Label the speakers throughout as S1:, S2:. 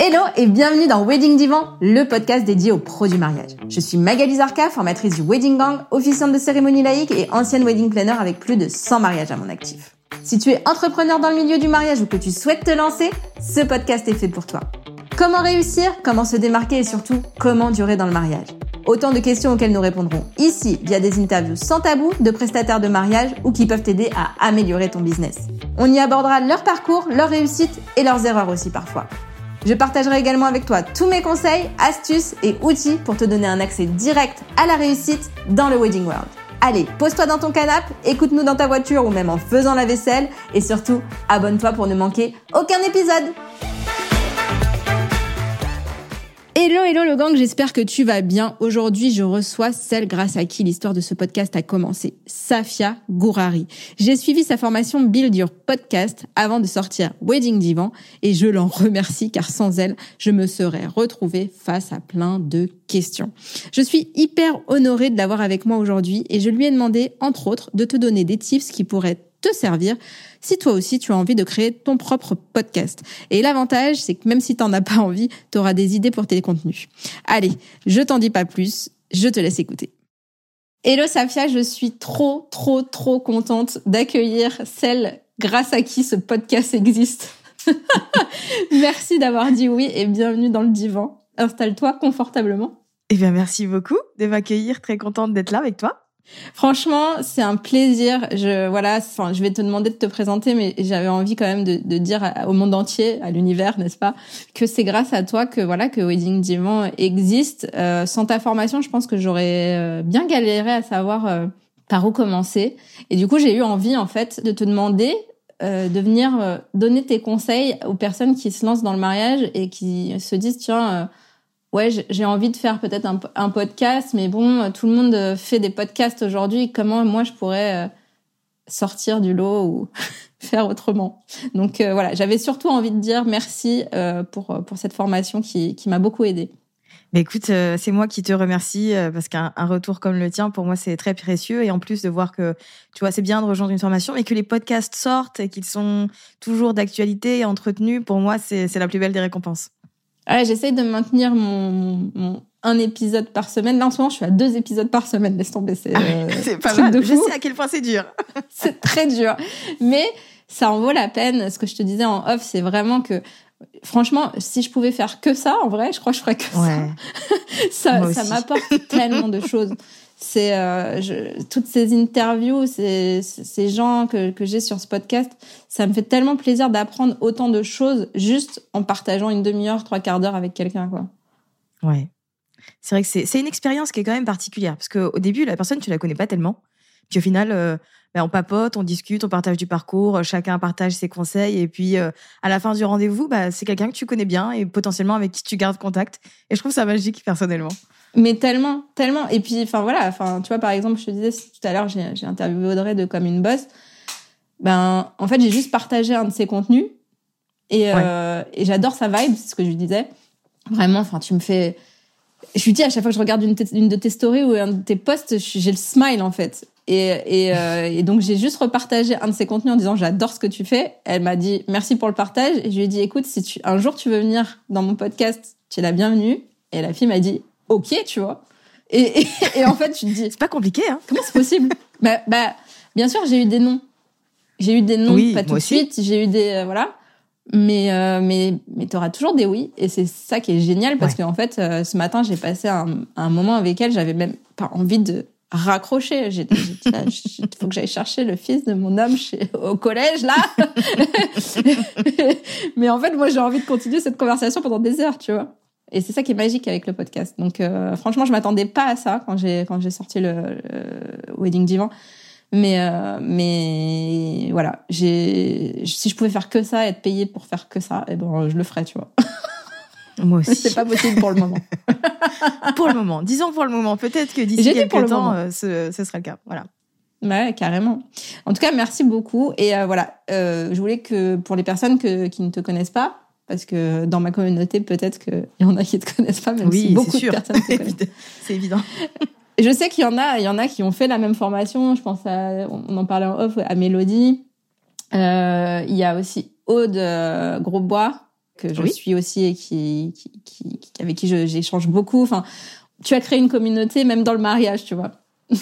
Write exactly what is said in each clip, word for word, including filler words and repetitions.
S1: Hello et bienvenue dans Wedding Divan, le podcast dédié aux pros du mariage. Je suis Magali Zarka, formatrice du Wedding Gang, officiante de cérémonie laïque et ancienne wedding planner avec plus de cent mariages à mon actif. Si tu es entrepreneur dans le milieu du mariage ou que tu souhaites te lancer, ce podcast est fait pour toi. Comment réussir, comment se démarquer et surtout, comment durer dans le mariage. Autant de questions auxquelles nous répondrons ici via des interviews sans tabou de prestataires de mariage ou qui peuvent t'aider à améliorer ton business. On y abordera leur parcours, leurs réussites et leurs erreurs aussi parfois. Je partagerai également avec toi tous mes conseils, astuces et outils pour te donner un accès direct à la réussite dans le Wedding World. Allez, pose-toi dans ton canapé, écoute-nous dans ta voiture ou même en faisant la vaisselle et surtout, abonne-toi pour ne manquer aucun épisode. Hello, hello le gang, j'espère que tu vas bien. Aujourd'hui, je reçois celle grâce à qui l'histoire de ce podcast a commencé, Safia Gourari. J'ai suivi sa formation Build Your Podcast avant de sortir Wedding Divan et je l'en remercie car sans elle, je me serais retrouvée face à plein de questions. Je suis hyper honorée de l'avoir avec moi aujourd'hui et je lui ai demandé, entre autres, de te donner des tips qui pourraient te servir si toi aussi tu as envie de créer ton propre podcast. Et l'avantage, c'est que même si t'en as pas envie, tu auras des idées pour tes contenus. Allez, je t'en dis pas plus, je te laisse écouter. Hello Safia, je suis trop, trop, trop contente d'accueillir celle grâce à qui ce podcast existe. Merci d'avoir dit oui et bienvenue dans le divan. Installe-toi confortablement.
S2: Eh bien, merci beaucoup de m'accueillir, très contente d'être là avec toi.
S1: Franchement, c'est un plaisir. Je voilà, enfin, je vais te demander de te présenter, mais j'avais envie quand même de, de dire au monde entier, à l'univers, n'est-ce pas, que c'est grâce à toi que voilà que Wedding Divan existe. Euh, sans ta formation, je pense que j'aurais euh, bien galéré à savoir euh, par où commencer. Et du coup, j'ai eu envie en fait de te demander euh, de venir euh, donner tes conseils aux personnes qui se lancent dans le mariage et qui se disent tiens. Euh, Ouais, j'ai envie de faire peut-être un, un podcast, mais bon, tout le monde fait des podcasts aujourd'hui. Comment moi je pourrais sortir du lot ou faire autrement? Donc euh, voilà, j'avais surtout envie de dire merci euh, pour pour cette formation qui qui m'a beaucoup aidée.
S2: Mais écoute, euh, c'est moi qui te remercie euh, parce qu'un un retour comme le tien, pour moi, c'est très précieux. Et en plus de voir que, tu vois, c'est bien de rejoindre une formation, mais que les podcasts sortent et qu'ils sont toujours d'actualité et entretenus, pour moi, c'est c'est la plus belle des récompenses.
S1: Ouais, j'essaye de maintenir mon, mon, mon un épisode par semaine. Là, en ce moment, je suis à deux épisodes par semaine. Laisse tomber, c'est,
S2: ah,
S1: euh,
S2: c'est pas mal. Je sais à quel point c'est dur.
S1: C'est très dur. Mais ça en vaut la peine. Ce que je te disais en off, c'est vraiment que, franchement, si je pouvais faire que ça, en vrai, je crois que je ferais que
S2: ouais.
S1: ça. ça, ça m'apporte tellement de choses. C'est euh, je, toutes ces interviews, ces, ces gens que, que j'ai sur ce podcast, ça me fait tellement plaisir d'apprendre autant de choses juste en partageant une demi-heure, trois quarts d'heure avec quelqu'un, quoi.
S2: Ouais, c'est vrai que c'est, c'est une expérience qui est quand même particulière parce qu'au début, la personne, tu la connais pas tellement. Puis au final, euh, ben, on papote, on discute, on partage du parcours, chacun partage ses conseils. Et puis, euh, à la fin du rendez-vous, bah, c'est quelqu'un que tu connais bien et potentiellement avec qui tu gardes contact. Et je trouve ça magique, personnellement.
S1: Mais tellement, tellement. Et puis, enfin voilà, enfin tu vois, par exemple, je te disais tout à l'heure, j'ai, j'ai interviewé Audrey de Comme une boss. Ben, en fait, j'ai juste partagé un de ses contenus et, ouais. euh, et j'adore sa vibe, c'est ce que je lui disais. Vraiment, enfin, tu me fais. Je lui dis à chaque fois que je regarde une, t- une de tes stories ou un de tes posts, j'ai le smile en fait. Et, et, euh, et donc j'ai juste repartagé un de ses contenus en disant j'adore ce que tu fais. Elle m'a dit merci pour le partage et je lui ai dit écoute, si tu un jour tu veux venir dans mon podcast, tu es la bienvenue. Et la fille m'a dit ok, tu vois. Et, et, et en fait, tu te dis...
S2: C'est pas compliqué, hein.
S1: Comment c'est possible? bah, bah, bien sûr, j'ai eu des noms. J'ai eu des noms,
S2: oui,
S1: pas tout de
S2: aussi.
S1: suite. J'ai eu des... Euh, voilà. Mais, euh, mais, mais t'auras toujours des oui. Et c'est ça qui est génial parce ouais. qu'en fait, euh, ce matin, j'ai passé un, un moment avec elle. J'avais même pas envie de raccrocher. J'ai dit, il faut que j'aille chercher le fils de mon homme chez, au collège, là. Mais en fait, moi, j'ai envie de continuer cette conversation pendant des heures, tu vois. Et c'est ça qui est magique avec le podcast. Donc, euh, franchement, je m'attendais pas à ça quand j'ai quand j'ai sorti le, le Wedding Divan. Mais euh, mais voilà, j'ai si je pouvais faire que ça, être payée pour faire que ça, et ben je le ferais, tu vois.
S2: Moi aussi.
S1: C'est pas possible pour le moment.
S2: Pour le moment, disons pour le moment. Peut-être que d'ici
S1: J'étais
S2: quelques temps, euh, ce, ce sera le cas. Voilà.
S1: Ouais, carrément. En tout cas, merci beaucoup. Et euh, voilà, euh, je voulais que pour les personnes que, qui ne te connaissent pas. Parce que dans ma communauté, peut-être qu'il y en a qui ne te connaissent pas, même
S2: oui,
S1: si beaucoup
S2: c'est sûr.
S1: de personnes te connaissent.
S2: C'est évident.
S1: Je sais qu'il y en a, il y en a qui ont fait la même formation. Je pense à, on en parlait en off, à Mélodie. Euh, il y a aussi Aude euh, Grosbois, que je
S2: oui.
S1: suis aussi et qui, qui, qui, qui avec qui je, j'échange beaucoup. Enfin, tu as créé une communauté même dans le mariage, tu vois.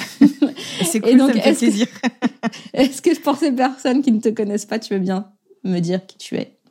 S2: C'est cool, donc, ça me fait plaisir.
S1: Que, est-ce que pour ces personnes qui ne te connaissent pas, tu veux bien me dire qui tu es?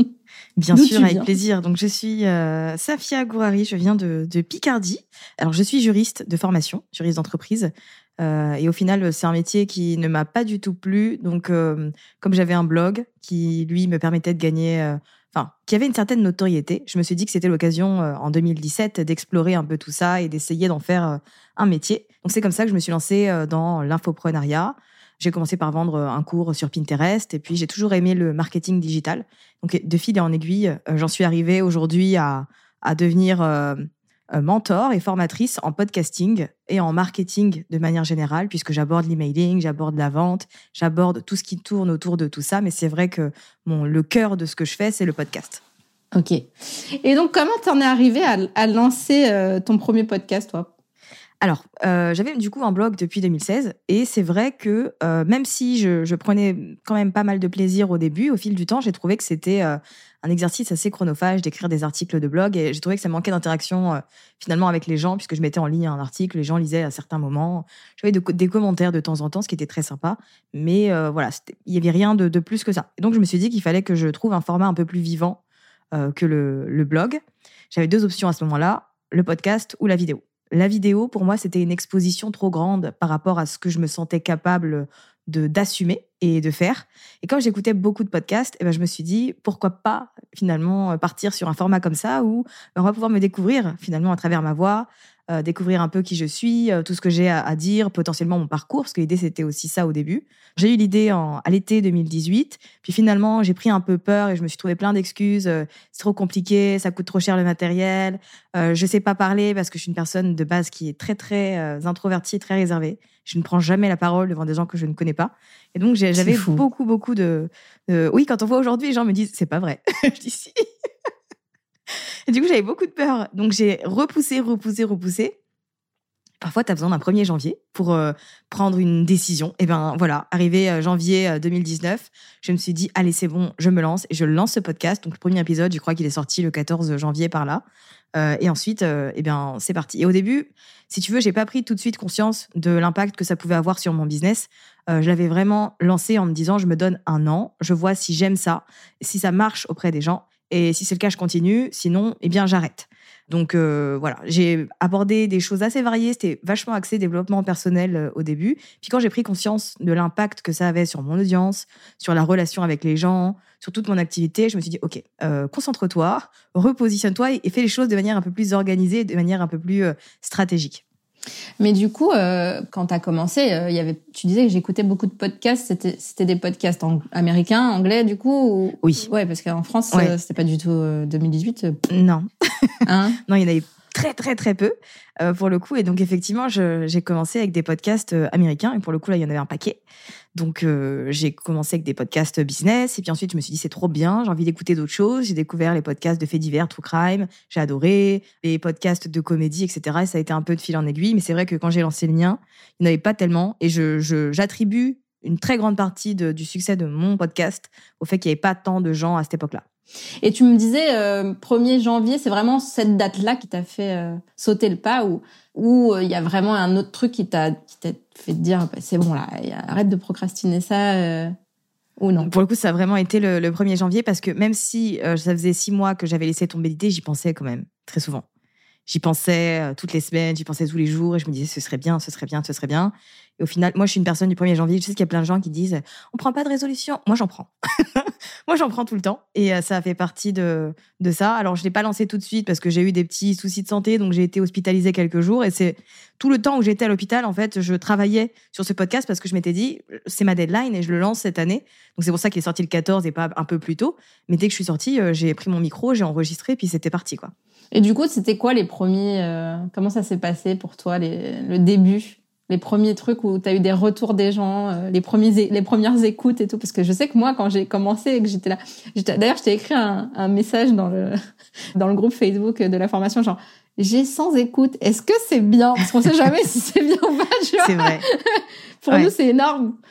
S2: Bien D'où sûr, avec plaisir. Donc, je suis euh, Safia Gourari, je viens de, de Picardie. Alors, je suis juriste de formation, juriste d'entreprise. Euh, et au final, c'est un métier qui ne m'a pas du tout plu. Donc, euh, comme j'avais un blog qui, lui, me permettait de gagner... Euh, enfin, qui avait une certaine notoriété, je me suis dit que c'était l'occasion, euh, en deux mille dix-sept, d'explorer un peu tout ça et d'essayer d'en faire euh, un métier. Donc, c'est comme ça que je me suis lancée euh, dans l'infoprenariat. J'ai commencé par vendre un cours sur Pinterest et puis j'ai toujours aimé le marketing digital. Donc, de fil en aiguille, euh, j'en suis arrivée aujourd'hui à, à devenir euh, mentor et formatrice en podcasting et en marketing de manière générale, puisque j'aborde l'emailing, j'aborde la vente, j'aborde tout ce qui tourne autour de tout ça. Mais c'est vrai que mon, le cœur de ce que je fais, c'est le podcast.
S1: Ok. Et donc, comment t'en es arrivée à, à lancer euh, ton premier podcast, toi ?
S2: Alors, euh, j'avais du coup un blog depuis deux mille seize et c'est vrai que euh, même si je, je prenais quand même pas mal de plaisir au début, au fil du temps, j'ai trouvé que c'était euh, un exercice assez chronophage d'écrire des articles de blog et j'ai trouvé que ça manquait d'interaction euh, finalement avec les gens puisque je mettais en ligne un article, les gens lisaient à certains moments, j'avais de, des commentaires de temps en temps, ce qui était très sympa, mais euh, voilà, il y avait rien de, de plus que ça. Et donc, je me suis dit qu'il fallait que je trouve un format un peu plus vivant euh, que le, le blog. J'avais deux options à ce moment-là, le podcast ou la vidéo. La vidéo, pour moi, c'était une exposition trop grande par rapport à ce que je me sentais capable de, d'assumer et de faire. Et quand j'écoutais beaucoup de podcasts, eh ben, je me suis dit, pourquoi pas finalement partir sur un format comme ça où on va pouvoir me découvrir finalement à travers ma voix, euh, découvrir un peu qui je suis, euh, tout ce que j'ai à, à dire, potentiellement mon parcours, parce que l'idée, c'était aussi ça au début. J'ai eu l'idée en, à l'été deux mille dix-huit, puis finalement, j'ai pris un peu peur et je me suis trouvé plein d'excuses. Euh, c'est trop compliqué, ça coûte trop cher le matériel, euh, je sais pas parler parce que je suis une personne de base qui est très, très euh, introvertie, très réservée. Je ne prends jamais la parole devant des gens que je ne connais pas. Et donc, j'ai, j'avais beaucoup, beaucoup de, de... Oui, quand on voit aujourd'hui, les gens me disent « c'est pas vrai ». Je dis « si ». Et du coup, j'avais beaucoup de peur. Donc, j'ai repoussé, repoussé, repoussé. Parfois, tu as besoin d'un premier janvier pour euh, prendre une décision. Et ben voilà, arrivé euh, janvier deux mille dix-neuf, je me suis dit, allez, c'est bon, je me lance et je lance ce podcast. Donc, le premier épisode, je crois qu'il est sorti le quatorze janvier par là. Euh, et ensuite, euh, eh bien, c'est parti. Et au début, si tu veux, j'ai pas pris tout de suite conscience de l'impact que ça pouvait avoir sur mon business. Euh, je l'avais vraiment lancé en me disant, je me donne un an, je vois si j'aime ça, si ça marche auprès des gens. Et si c'est le cas, je continue. Sinon, eh bien, j'arrête. Donc, euh, voilà. J'ai abordé des choses assez variées. C'était vachement axé développement personnel euh, au début. Puis quand j'ai pris conscience de l'impact que ça avait sur mon audience, sur la relation avec les gens, sur toute mon activité, je me suis dit, OK, euh, concentre-toi, repositionne-toi et, et fais les choses de manière un peu plus organisée, de manière un peu plus euh, stratégique.
S1: Mais du coup, euh, quand tu as commencé, euh, y avait, tu disais que j'écoutais beaucoup de podcasts. C'était, c'était des podcasts en, américains, anglais, du coup ou...
S2: Oui.
S1: Ouais, parce qu'en France,
S2: ouais.
S1: euh, c'était pas du tout euh, deux mille dix-huit. Euh...
S2: Non.
S1: Hein
S2: non, il y en avait très, très, très peu, euh, pour le coup. Et donc, effectivement, je, j'ai commencé avec des podcasts euh, américains. Et pour le coup, là, il y en avait un paquet. Donc, euh, j'ai commencé avec des podcasts business. Et puis ensuite, je me suis dit, c'est trop bien. J'ai envie d'écouter d'autres choses. J'ai découvert les podcasts de faits divers, true crime. J'ai adoré les podcasts de comédie, et cetera. Et ça a été un peu de fil en aiguille. Mais c'est vrai que quand j'ai lancé le mien, il n'y en avait pas tellement. Et je, je, j'attribue une très grande partie de, du succès de mon podcast au fait qu'il n'y avait pas tant de gens à cette époque-là.
S1: Et tu me disais, euh, premier janvier, c'est vraiment cette date-là qui t'a fait euh, sauter le pas ou ou il euh, y a vraiment un autre truc qui t'a, qui t'a fait te dire, bah, c'est bon là, arrête de procrastiner ça euh, ou non?
S2: Pour le coup, ça a vraiment été le, le premier janvier parce que même si euh, ça faisait six mois que j'avais laissé tomber l'idée, j'y pensais quand même très souvent. J'y pensais euh, toutes les semaines, j'y pensais tous les jours et je me disais ce serait bien, ce serait bien, ce serait bien. Et au final, moi, je suis une personne du premier janvier. Je sais qu'il y a plein de gens qui disent on prend pas de résolution. Moi, j'en prends. Moi, j'en prends tout le temps et euh, ça a fait partie de de ça. Alors, je l'ai pas lancé tout de suite parce que j'ai eu des petits soucis de santé, donc j'ai été hospitalisée quelques jours et c'est tout le temps où j'étais à l'hôpital. En fait, je travaillais sur ce podcast parce que je m'étais dit c'est ma deadline et je le lance cette année. Donc c'est pour ça qu'il est sorti le quatorze et pas un peu plus tôt. Mais dès que je suis sortie, euh, j'ai pris mon micro, j'ai enregistré, puis c'était parti quoi.
S1: Et du coup, c'était quoi les premiers euh, comment ça s'est passé pour toi les, le début? Les premiers trucs où tu as eu des retours des gens, euh, les premiers les premières écoutes et tout, parce que je sais que moi quand j'ai commencé et que j'étais là, j'étais, d'ailleurs je t'ai écrit un, un message dans le dans le groupe Facebook de la formation genre j'ai cent écoutes, est-ce que c'est bien? Parce qu'on sait jamais si c'est bien ou pas, tu vois.
S2: C'est vrai.
S1: Pour ouais. nous c'est énorme.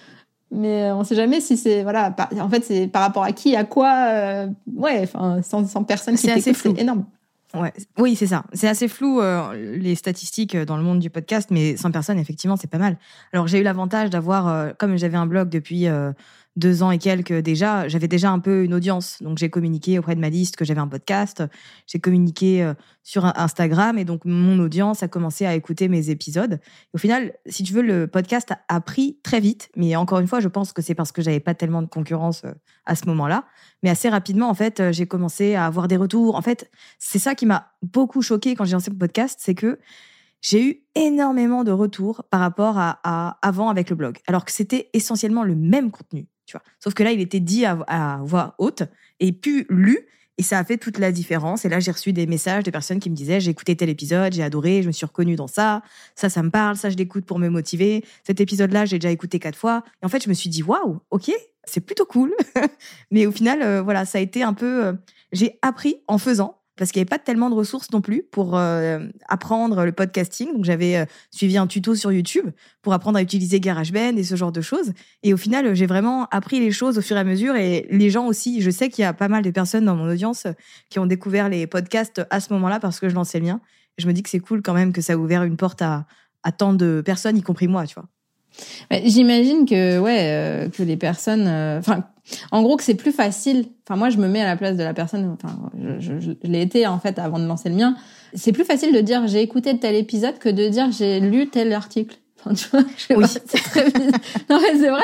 S1: Mais on sait jamais si c'est, voilà, par, en fait, c'est par rapport à qui, à quoi, euh, ouais, enfin, cent, cent personnes qui t'écoutent, c'est énorme.
S2: Ouais, oui, c'est ça. C'est assez flou, euh, les statistiques dans le monde du podcast, mais cent personnes, effectivement, c'est pas mal. Alors, j'ai eu l'avantage d'avoir, euh, comme j'avais un blog depuis euh, deux ans et quelques déjà, j'avais déjà un peu une audience. Donc, j'ai communiqué auprès de ma liste que j'avais un podcast. J'ai communiqué euh, sur Instagram et donc mon audience a commencé à écouter mes épisodes. Et au final, si tu veux, le podcast a, a pris très vite. Mais encore une fois, je pense que c'est parce que j'avais pas tellement de concurrence euh, à ce moment-là. Mais assez rapidement, en fait, euh, j'ai commencé à avoir des retours. En fait, c'est ça qui m'a beaucoup choquée quand j'ai lancé mon podcast, c'est que j'ai eu énormément de retours par rapport à, à avant avec le blog, alors que c'était essentiellement le même contenu, tu vois. Sauf que là, il était dit à, à voix haute et puis lu, et ça a fait toute la différence. Et là, j'ai reçu des messages de personnes qui me disaient « J'ai écouté tel épisode, j'ai adoré, je me suis reconnue dans ça, ça, ça me parle, ça, je l'écoute pour me motiver. Cet épisode-là, j'ai déjà écouté quatre fois. » Et en fait, je me suis dit « Waouh, ok, c'est plutôt cool. » Mais au final, euh, voilà, ça a été un peu... Euh, j'ai appris en faisant, parce qu'il n'y avait pas tellement de ressources non plus pour euh, apprendre le podcasting. Donc, j'avais euh, suivi un tuto sur YouTube pour apprendre à utiliser GarageBand et ce genre de choses. Et au final, j'ai vraiment appris les choses au fur et à mesure. Et les gens aussi, je sais qu'il y a pas mal de personnes dans mon audience qui ont découvert les podcasts à ce moment-là parce que je lançais le mien. Et je me dis que c'est cool quand même que ça a ouvert une porte à, à tant de personnes, y compris moi, tu vois.
S1: J'imagine que ouais euh, que les personnes enfin euh, en gros que c'est plus facile, enfin moi je me mets à la place de la personne, enfin je, je, je, je l'ai été en fait avant de lancer le mien, c'est plus facile de dire j'ai écouté tel épisode que de dire j'ai lu tel article, enfin tu vois, je sais
S2: oui.
S1: pas, c'est très non mais c'est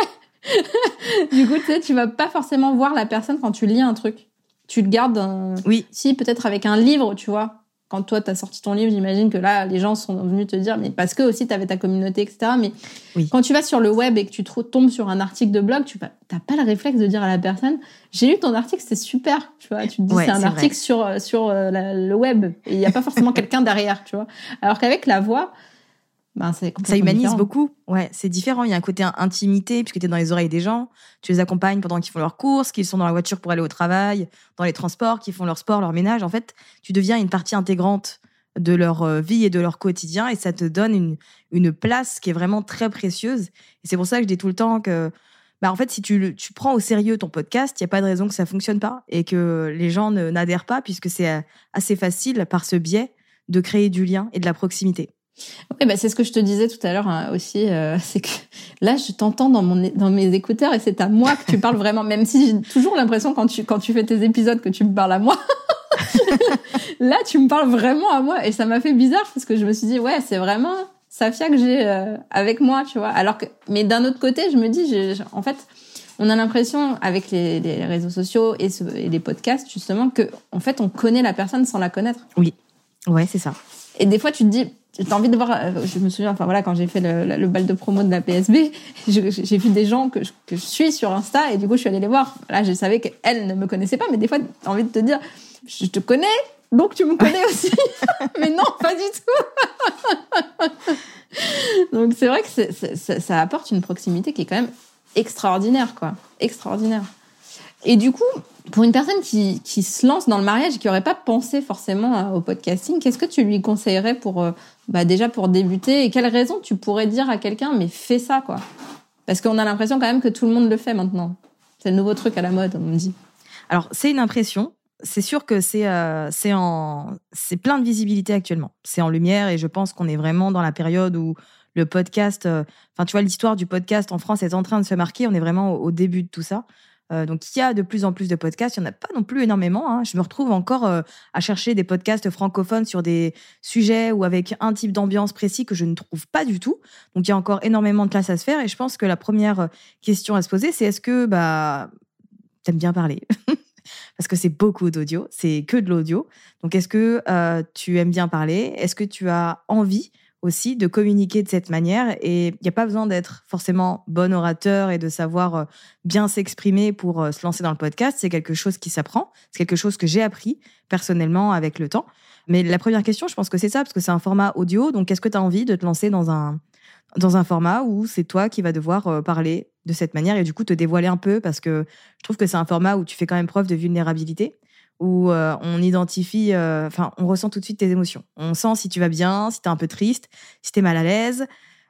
S1: vrai. Du coup tu sais tu vas pas forcément voir la personne quand tu lis un truc, tu le gardes un...
S2: oui
S1: si peut-être avec un livre, tu vois. Quand toi, t'as sorti ton livre, j'imagine que là, les gens sont venus te dire, mais parce que aussi t'avais ta communauté, et cetera. Mais oui. Quand tu vas sur le web et que tu te tombes sur un article de blog, tu t'as pas le réflexe de dire à la personne, j'ai lu ton article, c'est super. Tu vois, tu te dis, ouais, c'est un c'est article vrai. sur sur euh, la, le web et il y a pas forcément quelqu'un derrière, tu vois. Alors qu'avec la voix, ben c'est
S2: ça humanise
S1: différent.
S2: beaucoup. Ouais, c'est différent. Il y a un côté intimité puisque t'es dans les oreilles des gens. Tu les accompagnes pendant qu'ils font leurs courses, qu'ils sont dans la voiture pour aller au travail, dans les transports, qu'ils font leur sport, leur ménage. En fait, tu deviens une partie intégrante de leur vie et de leur quotidien et ça te donne une, une place qui est vraiment très précieuse. Et c'est pour ça que je dis tout le temps que, bah, en fait, si tu, tu prends au sérieux ton podcast, il n'y a pas de raison que ça fonctionne pas et que les gens ne, n'adhèrent pas puisque c'est assez facile par ce biais de créer du lien et de la proximité.
S1: Oui, bah c'est ce que je te disais tout à l'heure hein, aussi, euh, c'est que là je t'entends dans mon dans mes écouteurs et c'est à moi que tu parles vraiment, même si j'ai toujours l'impression quand tu quand tu fais tes épisodes que tu me parles à moi. Là tu me parles vraiment à moi et ça m'a fait bizarre parce que je me suis dit ouais c'est vraiment Safia que j'ai euh, avec moi, tu vois. Alors que mais d'un autre côté je me dis j'ai, en fait on a l'impression avec les, les réseaux sociaux et, ce, et les podcasts justement que en fait on connaît la personne sans la connaître.
S2: Oui, ouais c'est ça.
S1: Et des fois tu te dis t'as envie de voir, je me souviens, enfin voilà, quand j'ai fait le, le bal de promo de la P S B, je, j'ai vu des gens que je, que je suis sur Insta et du coup je suis allée les voir. Là, je savais qu'elles ne me connaissaient pas, mais des fois t'as envie de te dire, je te connais, donc tu me connais aussi. Mais non, pas du tout. Donc c'est vrai que c'est, c'est, ça, ça apporte une proximité qui est quand même extraordinaire, quoi, extraordinaire. Et du coup, pour une personne qui, qui se lance dans le mariage et qui n'aurait pas pensé forcément au podcasting, qu'est-ce que tu lui conseillerais pour, bah déjà pour débuter et quelles raisons tu pourrais dire à quelqu'un, mais fais ça, quoi. Parce qu'on a l'impression quand même que tout le monde le fait maintenant. C'est le nouveau truc à la mode, on me dit.
S2: Alors, c'est une impression. C'est sûr que c'est, euh, c'est, en, c'est plein de visibilité actuellement. C'est en lumière et je pense qu'on est vraiment dans la période où le podcast... Enfin, euh, tu vois, l'histoire du podcast en France est en train de se marquer. On est vraiment au, au début de tout ça. Euh, donc, il y a de plus en plus de podcasts. Il n'y en a pas non plus énormément. Hein. Je me retrouve encore euh, à chercher des podcasts francophones sur des sujets ou avec un type d'ambiance précis que je ne trouve pas du tout. Donc, il y a encore énormément de place à se faire. Et je pense que la première question à se poser, c'est est-ce que bah, t'aimes bien parler ? Parce que c'est beaucoup d'audio, c'est que de l'audio. Donc, est-ce que euh, tu aimes bien parler ? Est-ce que tu as envie aussi de communiquer de cette manière ? Et il n'y a pas besoin d'être forcément bon orateur et de savoir euh, bien s'exprimer pour euh, se lancer dans le podcast. C'est quelque chose qui s'apprend. C'est quelque chose que j'ai appris personnellement avec le temps. Mais la première question, je pense que c'est ça, parce que c'est un format audio. Donc, est-ce que tu as envie de te lancer dans un, dans un format où c'est toi qui vas devoir euh, parler de cette manière et du coup te dévoiler un peu, parce que je trouve que c'est un format où tu fais quand même preuve de vulnérabilité, où euh, on identifie, enfin, euh, on ressent tout de suite tes émotions. On sent si tu vas bien, si t'es un peu triste, si t'es mal à l'aise.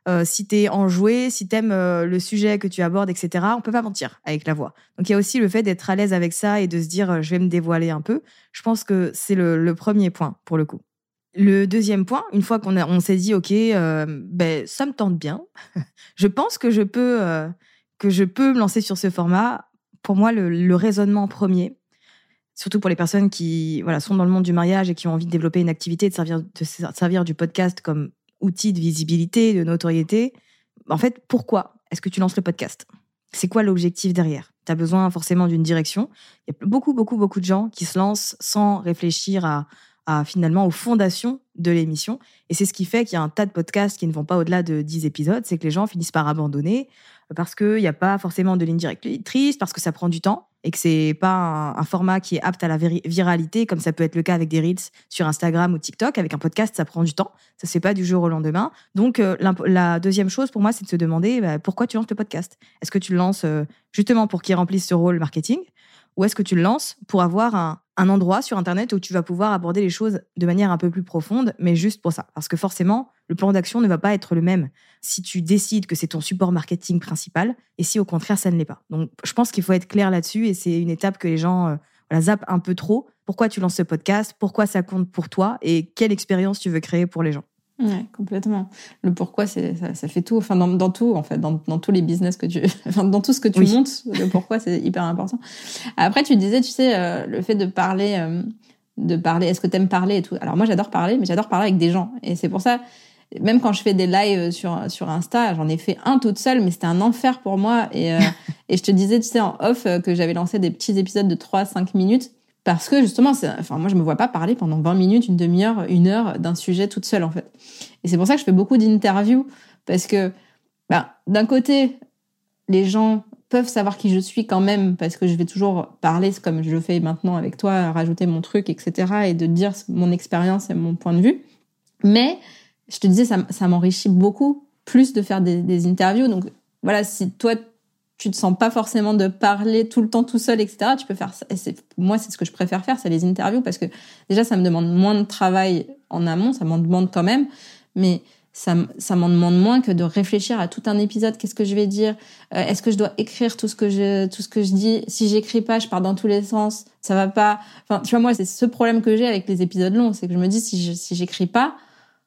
S2: euh, si t'es enjoué, si t'aimes euh, le sujet que tu abordes, et cetera. On peut pas mentir avec la voix. Donc il y a aussi le fait d'être à l'aise avec ça et de se dire euh, je vais me dévoiler un peu. Je pense que c'est le, le premier point pour le coup. Le deuxième point, une fois qu'on a, on s'est dit ok, euh, ben ça me tente bien, je pense que je peux euh, que je peux me lancer sur ce format. Pour moi, le, le raisonnement premier, surtout pour les personnes qui voilà sont dans le monde du mariage et qui ont envie de développer une activité, de servir de servir du podcast comme outil de visibilité, de notoriété. En fait, pourquoi est-ce que tu lances le podcast ? C'est quoi l'objectif derrière ? Tu as besoin forcément d'une direction. Il y a beaucoup, beaucoup, beaucoup de gens qui se lancent sans réfléchir à à finalement aux fondations de l'émission. Et c'est ce qui fait qu'il y a un tas de podcasts qui ne vont pas au-delà de dix épisodes, c'est que les gens finissent par abandonner parce qu'il n'y a pas forcément de ligne directrice, parce que ça prend du temps et que c'est pas un, un format qui est apte à la vir- viralité, comme ça peut être le cas avec des Reels sur Instagram ou TikTok. Avec un podcast, ça prend du temps. Ça se fait pas du jour au lendemain. Donc, euh, la deuxième chose pour moi, c'est de se demander bah, pourquoi tu lances le podcast. Est-ce que tu le lances euh, justement pour qu'il remplisse ce rôle marketing ? Ou est-ce que tu le lances pour avoir un, un endroit sur Internet où tu vas pouvoir aborder les choses de manière un peu plus profonde, mais juste pour ça ? Parce que forcément, le plan d'action ne va pas être le même si tu décides que c'est ton support marketing principal et si au contraire, ça ne l'est pas. Donc, je pense qu'il faut être clair là-dessus et c'est une étape que les gens euh, voilà, zappent un peu trop. Pourquoi tu lances ce podcast ? Pourquoi ça compte pour toi ? Et quelle expérience tu veux créer pour les gens ?
S1: Ouais, complètement. Le pourquoi, c'est, ça, ça fait tout. Enfin, dans, dans tout, en fait, dans, dans tous les business que tu, enfin, dans tout ce que tu
S2: oui.
S1: montes, le pourquoi, c'est hyper important. Après, tu disais, tu sais, euh, le fait de parler, euh, de parler, est-ce que t'aimes parler et tout. Alors, moi, j'adore parler, mais j'adore parler avec des gens. Et c'est pour ça, même quand je fais des lives sur, sur Insta, j'en ai fait un toute seule, mais c'était un enfer pour moi. Et, euh, et je te disais, tu sais, en off, euh, que j'avais lancé des petits épisodes de trois à cinq minutes. Parce que justement, c'est, enfin, moi, je me vois pas parler pendant vingt minutes, une demi-heure, une heure d'un sujet toute seule, en fait. Et c'est pour ça que je fais beaucoup d'interviews. Parce que, ben, d'un côté, les gens peuvent savoir qui je suis quand même, parce que je vais toujours parler, comme je le fais maintenant avec toi, rajouter mon truc, et cetera, et de dire mon expérience et mon point de vue. Mais, je te disais, ça, ça m'enrichit beaucoup plus de faire des, des interviews. Donc, voilà, si toi, tu te sens pas forcément de parler tout le temps tout seul, et cetera. Tu peux faire ça. Et c'est, moi, c'est ce que je préfère faire, c'est les interviews, parce que déjà, ça me demande moins de travail en amont, ça m'en demande quand même, mais ça, ça m'en demande moins que de réfléchir à tout un épisode. Qu'est-ce que je vais dire ? euh, Est-ce que je dois écrire tout ce que je, tout ce que je dis ? Si j'écris pas, je pars dans tous les sens. Ça va pas. Enfin, tu vois, moi, c'est ce problème que j'ai avec les épisodes longs, c'est que je me dis, si je, si j'écris pas,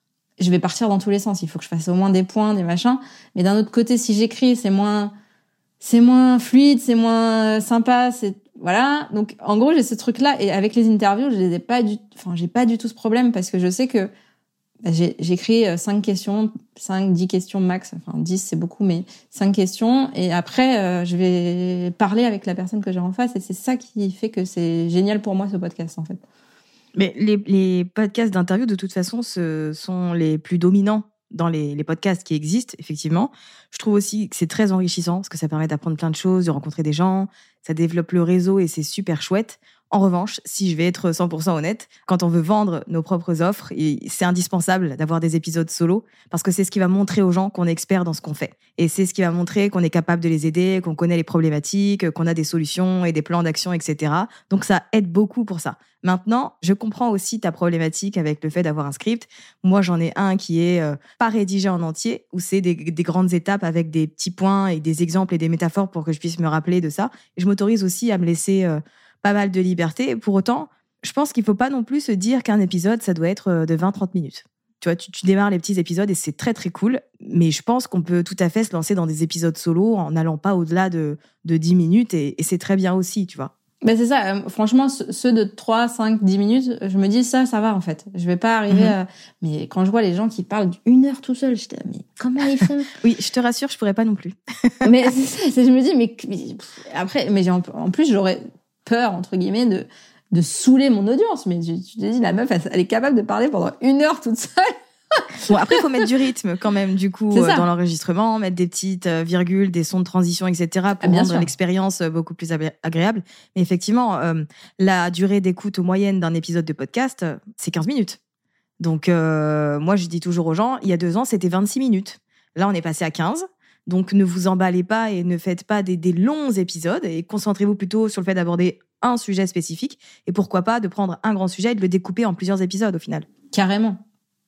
S1: je vais partir dans tous les sens. Il faut que je fasse au moins des points, des machins. Mais d'un autre côté, si j'écris, c'est moins, c'est moins fluide, c'est moins sympa, c'est, voilà. Donc, en gros, j'ai ce truc-là. Et avec les interviews, je les ai pas du, enfin, j'ai pas du tout ce problème parce que je sais que j'ai, j'écris cinq questions, cinq, dix questions max. Enfin, dix, c'est beaucoup, mais cinq questions. Et après, euh, je vais parler avec la personne que j'ai en face. Et c'est ça qui fait que c'est génial pour moi, ce podcast, en fait.
S2: Mais les, les podcasts d'interview, de toute façon, ce sont les plus dominants dans les, les podcasts qui existent, effectivement. Je trouve aussi que c'est très enrichissant parce que ça permet d'apprendre plein de choses, de rencontrer des gens, ça développe le réseau et c'est super chouette. En revanche, si je vais être cent pour cent honnête, quand on veut vendre nos propres offres, c'est indispensable d'avoir des épisodes solo parce que c'est ce qui va montrer aux gens qu'on est expert dans ce qu'on fait. Et c'est ce qui va montrer qu'on est capable de les aider, qu'on connaît les problématiques, qu'on a des solutions et des plans d'action, et cetera. Donc ça aide beaucoup pour ça. Maintenant, je comprends aussi ta problématique avec le fait d'avoir un script. Moi, j'en ai un qui est euh, pas rédigé en entier, où c'est des, des grandes étapes avec des petits points et des exemples et des métaphores pour que je puisse me rappeler de ça. Et je m'autorise aussi à me laisser euh, pas mal de liberté. Pour autant, je pense qu'il faut pas non plus se dire qu'un épisode, ça doit être de vingt à trente minutes. Tu vois, tu, tu démarres les petits épisodes et c'est très, très cool. Mais je pense qu'on peut tout à fait se lancer dans des épisodes solo en n'allant pas au-delà de, de dix minutes et, et c'est très bien aussi, tu vois.
S1: Ben c'est ça, euh, franchement, ceux de trois, cinq, dix minutes, je me dis ça, ça va en fait. Je vais pas arriver mmh. à... Mais quand je vois les gens qui parlent d'une heure tout seul, je dis, mais comment ils font ?
S2: Oui, je te rassure, je pourrais pas non plus.
S1: Mais c'est ça, c'est, je me dis, mais, mais après, mais j'ai, en plus, j'aurais peur, entre guillemets, de, de saouler mon audience. Mais tu, tu te dis, la meuf, elle, elle est capable de parler pendant une heure toute seule.
S2: Bon, après, il faut mettre du rythme quand même, du coup, euh, dans l'enregistrement, mettre des petites euh, virgules, des sons de transition, et cetera, pour ah, rendre sûr. l'expérience beaucoup plus agréable. Mais effectivement, euh, la durée d'écoute moyenne d'un épisode de podcast, c'est quinze minutes. Donc, euh, moi, je dis toujours aux gens, il y a deux ans, c'était vingt-six minutes. Là, on est passé à quinze. Donc, ne vous emballez pas et ne faites pas des, des longs épisodes et concentrez-vous plutôt sur le fait d'aborder un sujet spécifique et pourquoi pas de prendre un grand sujet et de le découper en plusieurs épisodes au final.
S1: Carrément.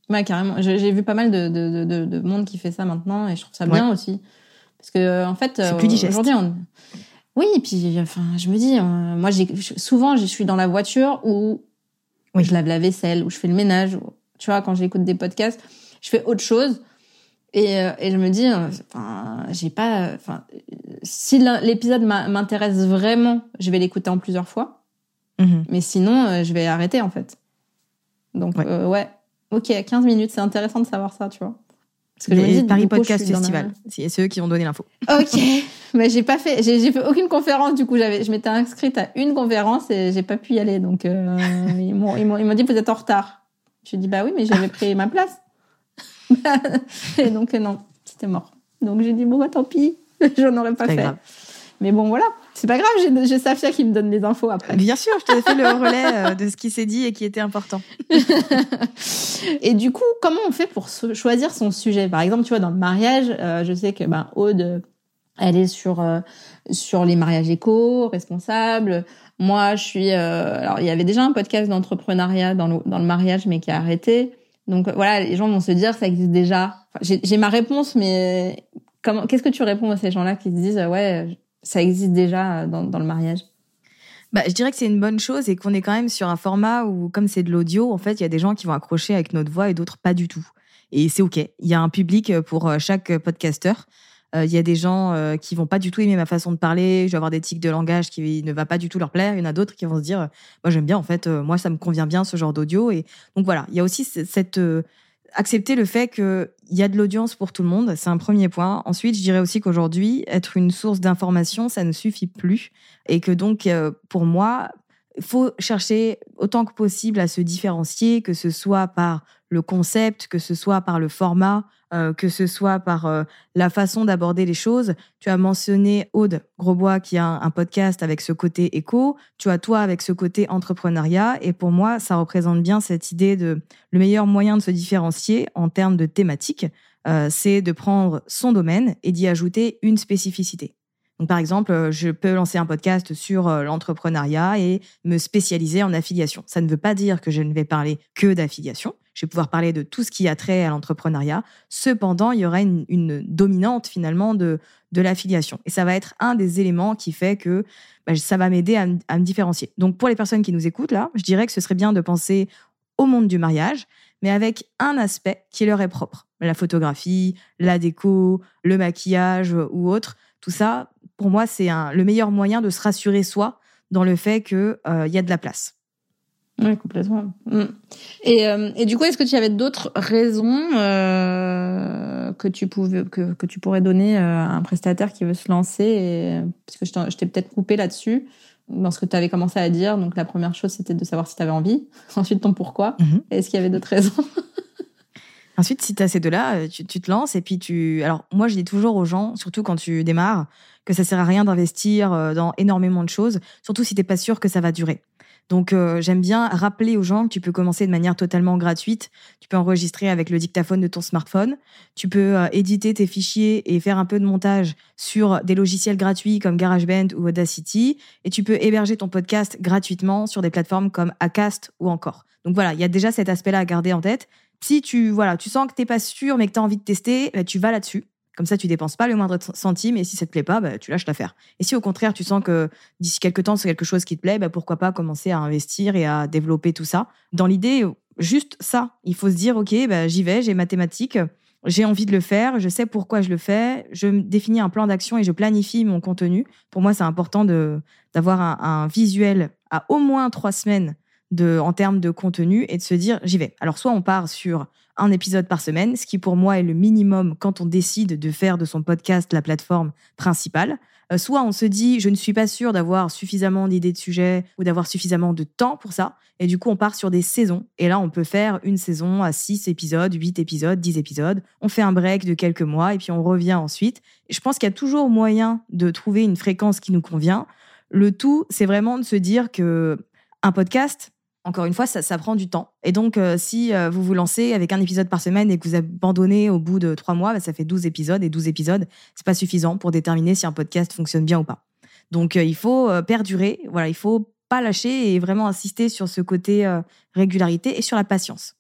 S1: Ouais, carrément. J'ai, j'ai vu pas mal de, de, de, de monde qui fait ça maintenant et je trouve ça bien ouais. aussi. Parce que, en fait,
S2: c'est plus digeste.
S1: Aujourd'hui, on... Oui, et puis, enfin, je me dis, euh, moi, j'ai, souvent, je suis dans la voiture où oui. je lave la vaisselle, où je fais le ménage. Où, tu vois, quand j'écoute des podcasts, je fais autre chose. Et, euh, et je me dis, enfin, j'ai pas, enfin, si l'épisode m'intéresse vraiment, je vais l'écouter en plusieurs fois. Mm-hmm. Mais sinon, euh, je vais arrêter, en fait. Donc, ouais. Euh, ouais. Ok, à quinze minutes, c'est intéressant de savoir ça, tu vois.
S2: Parce que je me dis, Paris coup, Podcast Festival, c'est eux qui ont donné l'info.
S1: Ok, mais j'ai pas fait, j'ai, j'ai fait aucune conférence, du coup, j'avais, je m'étais inscrite à une conférence et j'ai pas pu y aller, donc euh, ils, m'ont, ils, m'ont, ils m'ont dit, vous êtes en retard. Je dis, bah oui, mais j'avais pris ma place. Et donc, euh, non, c'était mort. Donc j'ai dit, bon, bah tant pis, j'en aurais pas c'est fait. Grave. Mais bon, voilà. C'est pas grave, j'ai, j'ai Safia qui me donne les infos après.
S2: Bien sûr, je t'ai fait le relais de ce qui s'est dit et qui était important.
S1: Et du coup, comment on fait pour choisir son sujet ? Par exemple, tu vois, dans le mariage, euh, je sais que ben Aude, elle est sur euh, sur les mariages éco, responsables. Moi, je suis. Euh, alors, il y avait déjà un podcast d'entrepreneuriat dans le dans le mariage, mais qui a arrêté. Donc voilà, les gens vont se dire, ça existe déjà. Enfin, j'ai, j'ai ma réponse, mais comment ? Qu'est-ce que tu réponds à ces gens-là qui se disent, ouais, ça existe déjà dans, dans le mariage ?
S2: Bah, je dirais que c'est une bonne chose et qu'on est quand même sur un format où, comme c'est de l'audio, en fait, il y a des gens qui vont accrocher avec notre voix et d'autres pas du tout. Et c'est OK. Il y a un public pour chaque podcasteur. Euh, il y a des gens euh, qui vont pas du tout aimer ma façon de parler. Je vais avoir des tics de langage qui ne va pas du tout leur plaire. Il y en a d'autres qui vont se dire, euh, moi j'aime bien, en fait, euh, moi ça me convient bien ce genre d'audio. Et donc voilà, il y a aussi cette... Euh, accepter le fait qu'il y a de l'audience pour tout le monde, c'est un premier point. Ensuite, je dirais aussi qu'aujourd'hui, être une source d'information, ça ne suffit plus. Et que donc, euh, pour moi, il faut chercher autant que possible à se différencier, que ce soit par le concept, que ce soit par le format, euh, que ce soit par euh, la façon d'aborder les choses. Tu as mentionné Aude Grosbois qui a un, un podcast avec ce côté éco. Tu as toi avec ce côté entrepreneuriat. Et pour moi, ça représente bien cette idée de le meilleur moyen de se différencier en termes de thématique, euh, c'est de prendre son domaine et d'y ajouter une spécificité. Donc, par exemple, je peux lancer un podcast sur l'entrepreneuriat et me spécialiser en affiliation. Ça ne veut pas dire que je ne vais parler que d'affiliation. Je vais pouvoir parler de tout ce qui a trait à l'entrepreneuriat. Cependant, il y aura une, une dominante, finalement, de, de l'affiliation. Et ça va être un des éléments qui fait que bah, ça va m'aider à, à me différencier. Donc, pour les personnes qui nous écoutent, là, je dirais que ce serait bien de penser au monde du mariage, mais avec un aspect qui leur est propre. La photographie, la déco, le maquillage ou autre. Tout ça, pour moi, c'est un, le meilleur moyen de se rassurer soi dans le fait qu'il euh, y a de la place.
S1: Oui, complètement. Et, euh, et du coup, est-ce que tu avais d'autres raisons euh, que, tu pouvais, que, que tu pourrais donner à un prestataire qui veut se lancer et, parce que je, je t'ai peut-être coupé là-dessus, dans ce que tu avais commencé à dire. Donc, la première chose, c'était de savoir si tu avais envie. Ensuite, ton pourquoi. Mm-hmm. Est-ce qu'il y avait d'autres raisons ?
S2: Ensuite, si tu as ces deux-là, tu, tu te lances et puis tu... Alors, moi, je dis toujours aux gens, surtout quand tu démarres, que ça sert à rien d'investir dans énormément de choses, surtout si tu n'es pas sûr que ça va durer. Donc, euh, j'aime bien rappeler aux gens que tu peux commencer de manière totalement gratuite. Tu peux enregistrer avec le dictaphone de ton smartphone. Tu peux euh, éditer tes fichiers et faire un peu de montage sur des logiciels gratuits comme GarageBand ou Audacity. Et tu peux héberger ton podcast gratuitement sur des plateformes comme Acast ou encore. Donc voilà, il y a déjà cet aspect-là à garder en tête. Si tu, voilà, tu sens que tu n'es pas sûr mais que tu as envie de tester, bah, tu vas là-dessus. Comme ça, tu dépenses pas le moindre centime et si ça te plaît pas, bah, tu lâches l'affaire. Et si au contraire, tu sens que d'ici quelques temps, c'est quelque chose qui te plaît, bah, pourquoi pas commencer à investir et à développer tout ça. Dans l'idée, juste ça, il faut se dire, ok, bah, j'y vais, j'ai mathématiques, j'ai envie de le faire, je sais pourquoi je le fais, je définis un plan d'action et je planifie mon contenu. Pour moi, c'est important de, d'avoir un, un visuel à au moins trois semaines de, en termes de contenu et de se dire, j'y vais. Alors, soit on part sur un épisode par semaine, ce qui pour moi est le minimum quand on décide de faire de son podcast la plateforme principale. Euh, soit on se dit, je ne suis pas sûre d'avoir suffisamment d'idées de sujets ou d'avoir suffisamment de temps pour ça. Et du coup, on part sur des saisons. Et là, on peut faire une saison à six épisodes, huit épisodes, dix épisodes. On fait un break de quelques mois et puis on revient ensuite. Et je pense qu'il y a toujours moyen de trouver une fréquence qui nous convient. Le tout, c'est vraiment de se dire que un podcast, encore une fois, ça, ça prend du temps. Et donc, euh, si euh, vous vous lancez avec un épisode par semaine et que vous abandonnez au bout de trois mois, bah, ça fait douze épisodes. Et douze épisodes, c'est pas suffisant pour déterminer si un podcast fonctionne bien ou pas. Donc, euh, il faut euh, perdurer. Voilà, il faut pas lâcher et vraiment insister sur ce côté euh, régularité et sur la patience.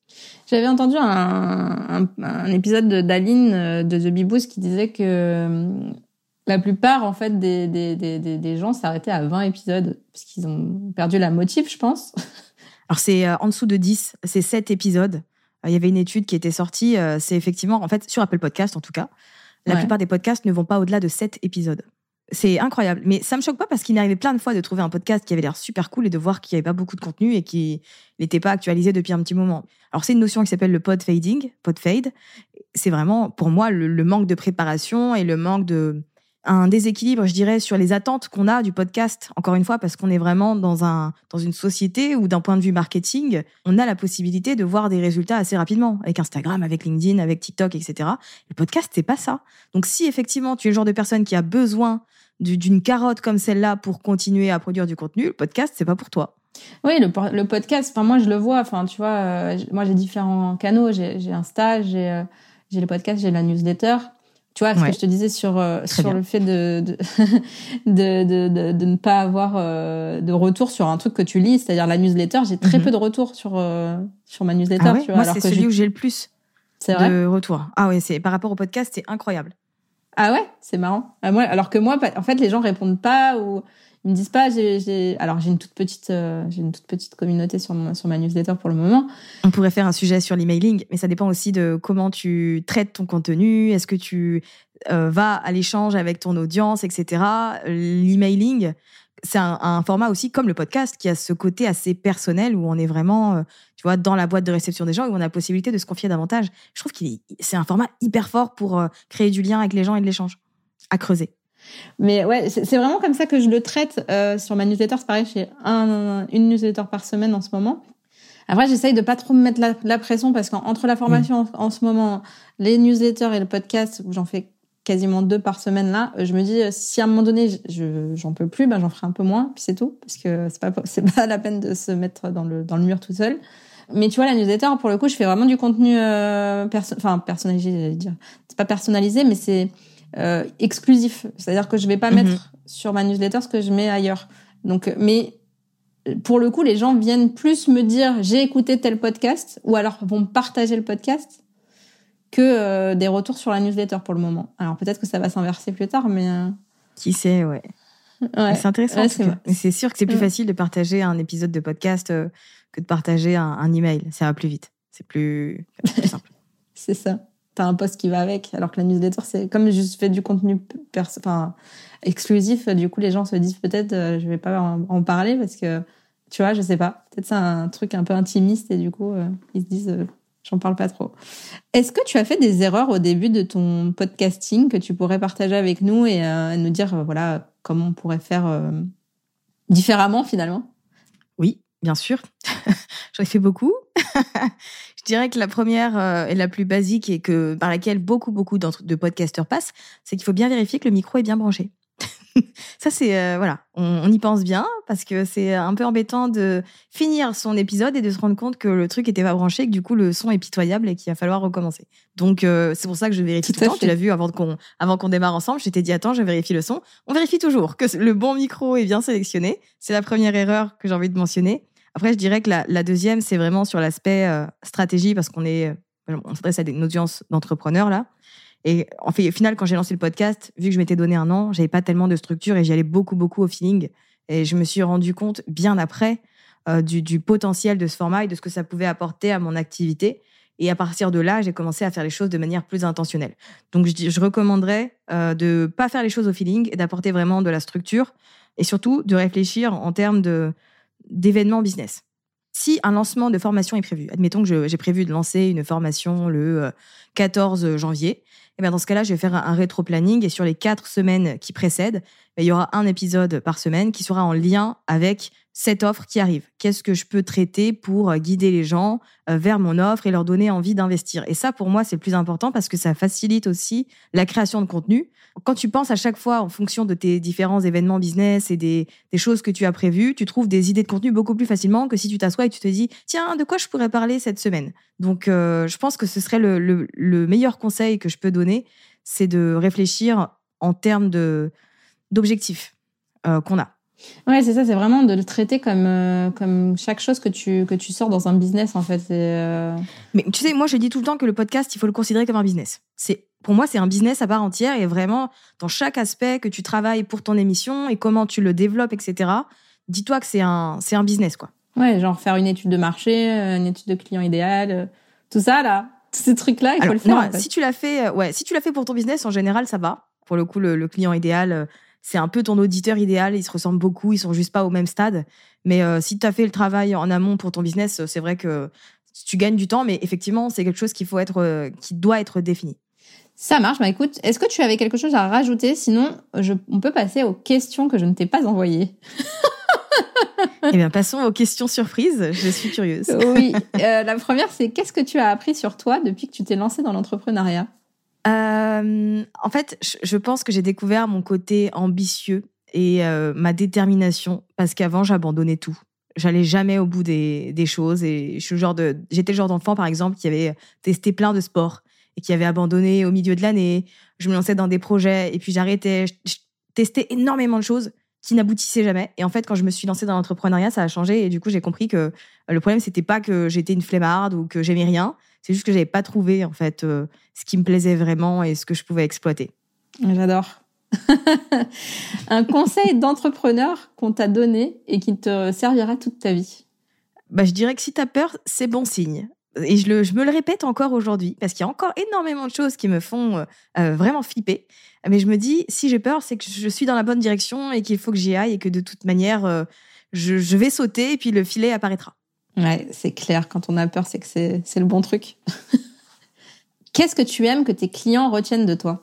S1: J'avais entendu un, un, un épisode d'Aline de The Bee Boost qui disait que la plupart en fait des, des, des, des gens s'arrêtaient à vingt épisodes parce qu'ils ont perdu la motive, je pense.
S2: Alors c'est euh, en dessous de dix, c'est sept épisodes. Il y avait une étude qui était sortie, euh, c'est effectivement, en fait, sur Apple Podcast en tout cas, la ouais. plupart des podcasts ne vont pas au-delà de sept épisodes. C'est incroyable. Mais ça me choque pas parce qu'il m'arrivait plein de fois de trouver un podcast qui avait l'air super cool et de voir qu'il n'y avait pas beaucoup de contenu et qui n'était pas actualisé depuis un petit moment. Alors, c'est une notion qui s'appelle le pod fading, pod fade. C'est vraiment, pour moi, le, le manque de préparation et le manque de... un déséquilibre, je dirais, sur les attentes qu'on a du podcast. Encore une fois, parce qu'on est vraiment dans, un, dans une société où, d'un point de vue marketing, on a la possibilité de voir des résultats assez rapidement. Avec Instagram, avec LinkedIn, avec TikTok, et cetera. Le podcast, c'est pas ça. Donc, si effectivement, tu es le genre de personne qui a besoin d'une carotte comme celle-là pour continuer à produire du contenu, le podcast, c'est pas pour toi.
S1: Oui, le, le podcast, enfin, moi, je le vois. Enfin, tu vois, euh, moi, j'ai différents canaux. J'ai, j'ai Insta, j'ai, euh, j'ai le podcast, j'ai la newsletter. Tu vois, ce ouais. que je te disais sur, euh, sur bien. le fait de, de, de, de, de, de ne pas avoir euh, de retour sur un truc que tu lis, c'est-à-dire la newsletter. J'ai très mm-hmm. peu de retours sur, euh, sur ma newsletter.
S2: Ah ouais,
S1: tu vois,
S2: moi,
S1: alors
S2: c'est
S1: que
S2: celui
S1: j'ai...
S2: où j'ai le plus
S1: c'est
S2: de
S1: vrai
S2: retours. Ah ouais, c'est, par rapport au podcast, c'est incroyable.
S1: Ah ouais, c'est marrant. Ah, moi, alors que moi, en fait, les gens répondent pas ou ils me disent pas. J'ai, j'ai... Alors, j'ai une toute petite, euh, j'ai une toute petite communauté sur mon, sur ma newsletter pour le moment.
S2: On pourrait faire un sujet sur l'emailing, mais ça dépend aussi de comment tu traites ton contenu. Est-ce que tu euh, vas à l'échange avec ton audience, et cetera. L'emailing, c'est un, un format aussi comme le podcast qui a ce côté assez personnel où on est vraiment, euh, tu vois, dans la boîte de réception des gens et où on a la possibilité de se confier davantage. Je trouve qu'il est, c'est un format hyper fort pour euh, créer du lien avec les gens et de l'échange à creuser.
S1: Mais ouais, c'est, c'est vraiment comme ça que je le traite euh, sur ma newsletter. C'est pareil, j'ai un, une newsletter par semaine en ce moment. Après, j'essaye de pas trop me mettre la, la pression parce qu'entre la formation mmh. en, en ce moment, les newsletters et le podcast où j'en fais quasiment deux par semaine là, je me dis si à un moment donné je, j'en peux plus, ben j'en ferai un peu moins, puis c'est tout, parce que c'est pas c'est pas la peine de se mettre dans le dans le mur tout seul. Mais tu vois, la newsletter, pour le coup, je fais vraiment du contenu euh, perso- enfin personnalisé, j'allais dire. C'est pas personnalisé, mais c'est euh, exclusif. C'est-à-dire que je vais pas mm-hmm. mettre sur ma newsletter ce que je mets ailleurs. Donc, mais pour le coup, les gens viennent plus me dire j'ai écouté tel podcast, ou alors vont partager le podcast, que euh, des retours sur la newsletter pour le moment. Alors peut-être que ça va s'inverser plus tard, mais... Euh...
S2: Qui sait, ouais. ouais. C'est intéressant. Ouais, c'est, mais c'est sûr que c'est plus ouais. facile de partager un épisode de podcast euh, que de partager un, un email. Ça va plus vite. C'est plus, plus simple.
S1: C'est ça. T'as un post qui va avec, alors que la newsletter, c'est comme je fais du contenu perso... enfin, exclusif, du coup les gens se disent peut-être euh, je vais pas en, en parler parce que, tu vois, je sais pas. Peut-être c'est un truc un peu intimiste et du coup, euh, ils se disent... Euh, j'en parle pas trop. Est-ce que tu as fait des erreurs au début de ton podcasting que tu pourrais partager avec nous et euh, nous dire euh, voilà comment on pourrait faire euh, différemment finalement ?
S2: Oui, bien sûr. J'en ai fait beaucoup. Je dirais que la première euh, et la plus basique et que par laquelle beaucoup beaucoup de podcasteurs passent, c'est qu'il faut bien vérifier que le micro est bien branché. Ça, c'est euh, voilà, on, on y pense bien parce que c'est un peu embêtant de finir son épisode et de se rendre compte que le truc était pas branché et que du coup le son est pitoyable et qu'il va falloir recommencer. Donc euh, c'est pour ça que je vérifie tout, tout le temps. Tu l'as vu avant qu'on avant qu'on démarre ensemble, je t'ai dit attends, je vérifie le son. On vérifie toujours que le bon micro est bien sélectionné. C'est la première erreur que j'ai envie de mentionner. Après, je dirais que la, la deuxième, c'est vraiment sur l'aspect euh, stratégie parce qu'on est on s'adresse à une audience d'entrepreneurs là. Et en fait, au final, quand j'ai lancé le podcast, vu que je m'étais donné un an, j'avais pas tellement de structure et j'y allais beaucoup, beaucoup au feeling. Et je me suis rendu compte bien après euh, du, du potentiel de ce format et de ce que ça pouvait apporter à mon activité. Et à partir de là, j'ai commencé à faire les choses de manière plus intentionnelle. Donc, je, je recommanderais euh, de pas faire les choses au feeling et d'apporter vraiment de la structure et surtout de réfléchir en termes de, d'événements business. Si un lancement de formation est prévu, admettons que je, j'ai prévu de lancer une formation le euh, quatorze janvier, et bien dans ce cas-là, je vais faire un, un rétro-planning et sur les quatre semaines qui précèdent, il y aura un épisode par semaine qui sera en lien avec cette offre qui arrive. Qu'est-ce que je peux traiter pour guider les gens vers mon offre et leur donner envie d'investir ? Et ça, pour moi, c'est le plus important parce que ça facilite aussi la création de contenu. Quand tu penses à chaque fois en fonction de tes différents événements business et des, des choses que tu as prévues, tu trouves des idées de contenu beaucoup plus facilement que si tu t'assois et tu te dis « Tiens, de quoi je pourrais parler cette semaine ?» Donc, euh, je pense que ce serait le, le, le meilleur conseil que je peux donner, c'est de réfléchir en termes de, d'objectifs euh, qu'on a.
S1: Ouais, c'est ça, c'est vraiment de le traiter comme euh, comme chaque chose que tu que tu sors dans un business en fait. C'est, euh...
S2: Mais tu sais, moi je dis tout le temps que le podcast, il faut le considérer comme un business. C'est pour moi, c'est un business à part entière et vraiment dans chaque aspect que tu travailles pour ton émission et comment tu le développes, et cetera. Dis-toi que c'est un c'est un business quoi.
S1: Ouais, genre faire une étude de marché, une étude de client idéal, tout ça là, tous ces trucs là, il
S2: Alors,
S1: faut le faire.
S2: Non,
S1: en fait.
S2: si tu l'as fait, ouais, si tu l'as fait pour ton business, en général, ça va. Pour le coup, le, le client idéal, c'est un peu ton auditeur idéal. Ils se ressemblent beaucoup, ils sont juste pas au même stade. Mais euh, si tu as fait le travail en amont pour ton business, c'est vrai que tu gagnes du temps. Mais effectivement, c'est quelque chose qu'il faut être, euh, qui doit être défini.
S1: Ça marche. Bah écoute, est-ce que tu avais quelque chose à rajouter? Sinon, je, on peut passer aux questions que je ne t'ai pas envoyées.
S2: Eh bien, passons aux questions surprises. Je suis curieuse.
S1: Oui. Euh, la première, c'est qu'est-ce que tu as appris sur toi depuis que tu t'es lancée dans l'entrepreneuriat?
S2: Euh, en fait, je pense que j'ai découvert mon côté ambitieux et euh, ma détermination parce qu'avant, j'abandonnais tout. J'allais jamais au bout des, des choses et je suis le genre de, j'étais le genre d'enfant, par exemple, qui avait testé plein de sports et qui avait abandonné au milieu de l'année. Je me lançais dans des projets et puis j'arrêtais. Je, je testais énormément de choses qui n'aboutissaient jamais. Et en fait, quand je me suis lancée dans l'entrepreneuriat, ça a changé et du coup, j'ai compris que le problème, c'était pas que j'étais une flemmarde ou que j'aimais rien. C'est juste que j'avais pas trouvé en fait euh, ce qui me plaisait vraiment et ce que je pouvais exploiter.
S1: J'adore. Un conseil d'entrepreneur qu'on t'a donné et qui te servira toute ta vie?
S2: Bah, je dirais que si t'as peur, c'est bon signe. Et je, le, je me le répète encore aujourd'hui parce qu'il y a encore énormément de choses qui me font euh, vraiment flipper. Mais je me dis, si j'ai peur, c'est que je suis dans la bonne direction et qu'il faut que j'y aille et que de toute manière, euh, je, je vais sauter et puis le filet apparaîtra.
S1: Ouais, c'est clair. Quand on a peur, c'est que c'est, c'est le bon truc. Qu'est-ce que tu aimes que tes clients retiennent de toi?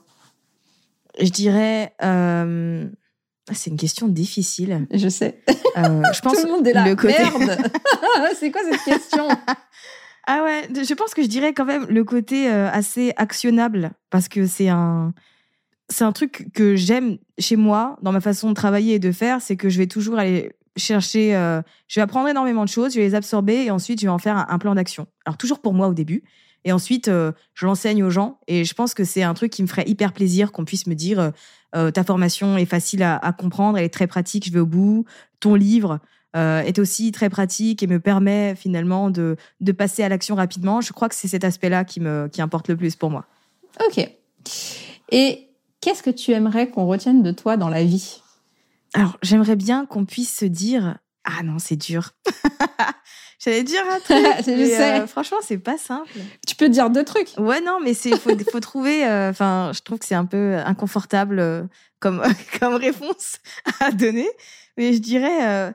S2: Je dirais... Euh... C'est une question difficile.
S1: Je sais.
S2: Euh, je pense
S1: tout le monde est là.
S2: Le côté...
S1: Merde. C'est quoi cette question?
S2: Ah ouais, je pense que je dirais quand même le côté euh, assez actionnable parce que c'est un... C'est un truc que j'aime chez moi, dans ma façon de travailler et de faire, c'est que je vais toujours aller chercher... Euh, je vais apprendre énormément de choses, je vais les absorber et ensuite je vais en faire un, un plan d'action. Alors toujours pour moi au début. Et ensuite, euh, je l'enseigne aux gens. Et je pense que c'est un truc qui me ferait hyper plaisir qu'on puisse me dire euh, ta formation est facile à, à comprendre, elle est très pratique, je vais au bout. Ton livre euh, est aussi très pratique et me permet finalement de, de passer à l'action rapidement. Je crois que c'est cet aspect-là qui, me, qui importe le plus pour moi.
S1: Ok. Et qu'est-ce que tu aimerais qu'on retienne de toi dans la vie?
S2: Alors, j'aimerais bien qu'on puisse se dire... Ah non, c'est dur. J'allais dire un truc.
S1: Je
S2: mais,
S1: sais.
S2: Euh, franchement, c'est pas simple.
S1: Tu peux dire deux trucs.
S2: Ouais, non, mais c'est faut, faut trouver. Enfin, euh, je trouve que c'est un peu inconfortable euh, comme comme réponse à donner. Mais je dirais euh,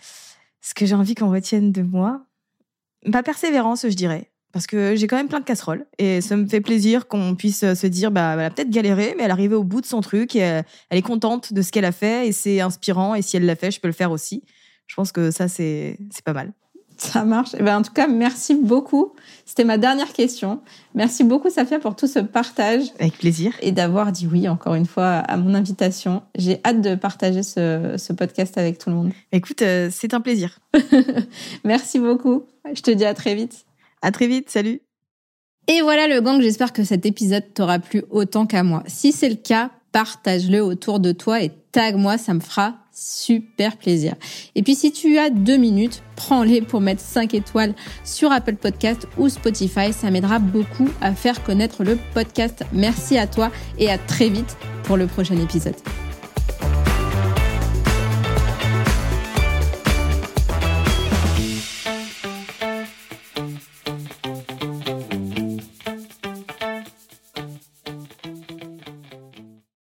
S2: ce que j'ai envie qu'on retienne de moi. Ma persévérance, je dirais, parce que j'ai quand même plein de casseroles et ça me fait plaisir qu'on puisse se dire, bah, elle a peut-être galéré, mais elle est arrivée au bout de son truc et elle, elle est contente de ce qu'elle a fait et c'est inspirant. Et si elle l'a fait, je peux le faire aussi. Je pense que ça, c'est c'est pas mal.
S1: Ça marche. Eh ben, en tout cas, merci beaucoup. C'était ma dernière question. Merci beaucoup, Safia, pour tout ce partage.
S2: Avec plaisir.
S1: Et d'avoir dit oui, encore une fois, à mon invitation. J'ai hâte de partager ce, ce podcast avec tout le monde.
S2: Écoute, euh, c'est un plaisir.
S1: Merci beaucoup. Je te dis à très vite.
S2: À très vite. Salut.
S1: Et voilà le gang. J'espère que cet épisode t'aura plu autant qu'à moi. Si c'est le cas, partage-le autour de toi et tag-moi, ça me fera super plaisir. Et puis si tu as deux minutes, prends-les pour mettre cinq étoiles sur Apple Podcast ou Spotify. Ça m'aidera beaucoup à faire connaître le podcast. Merci à toi et à très vite pour le prochain épisode.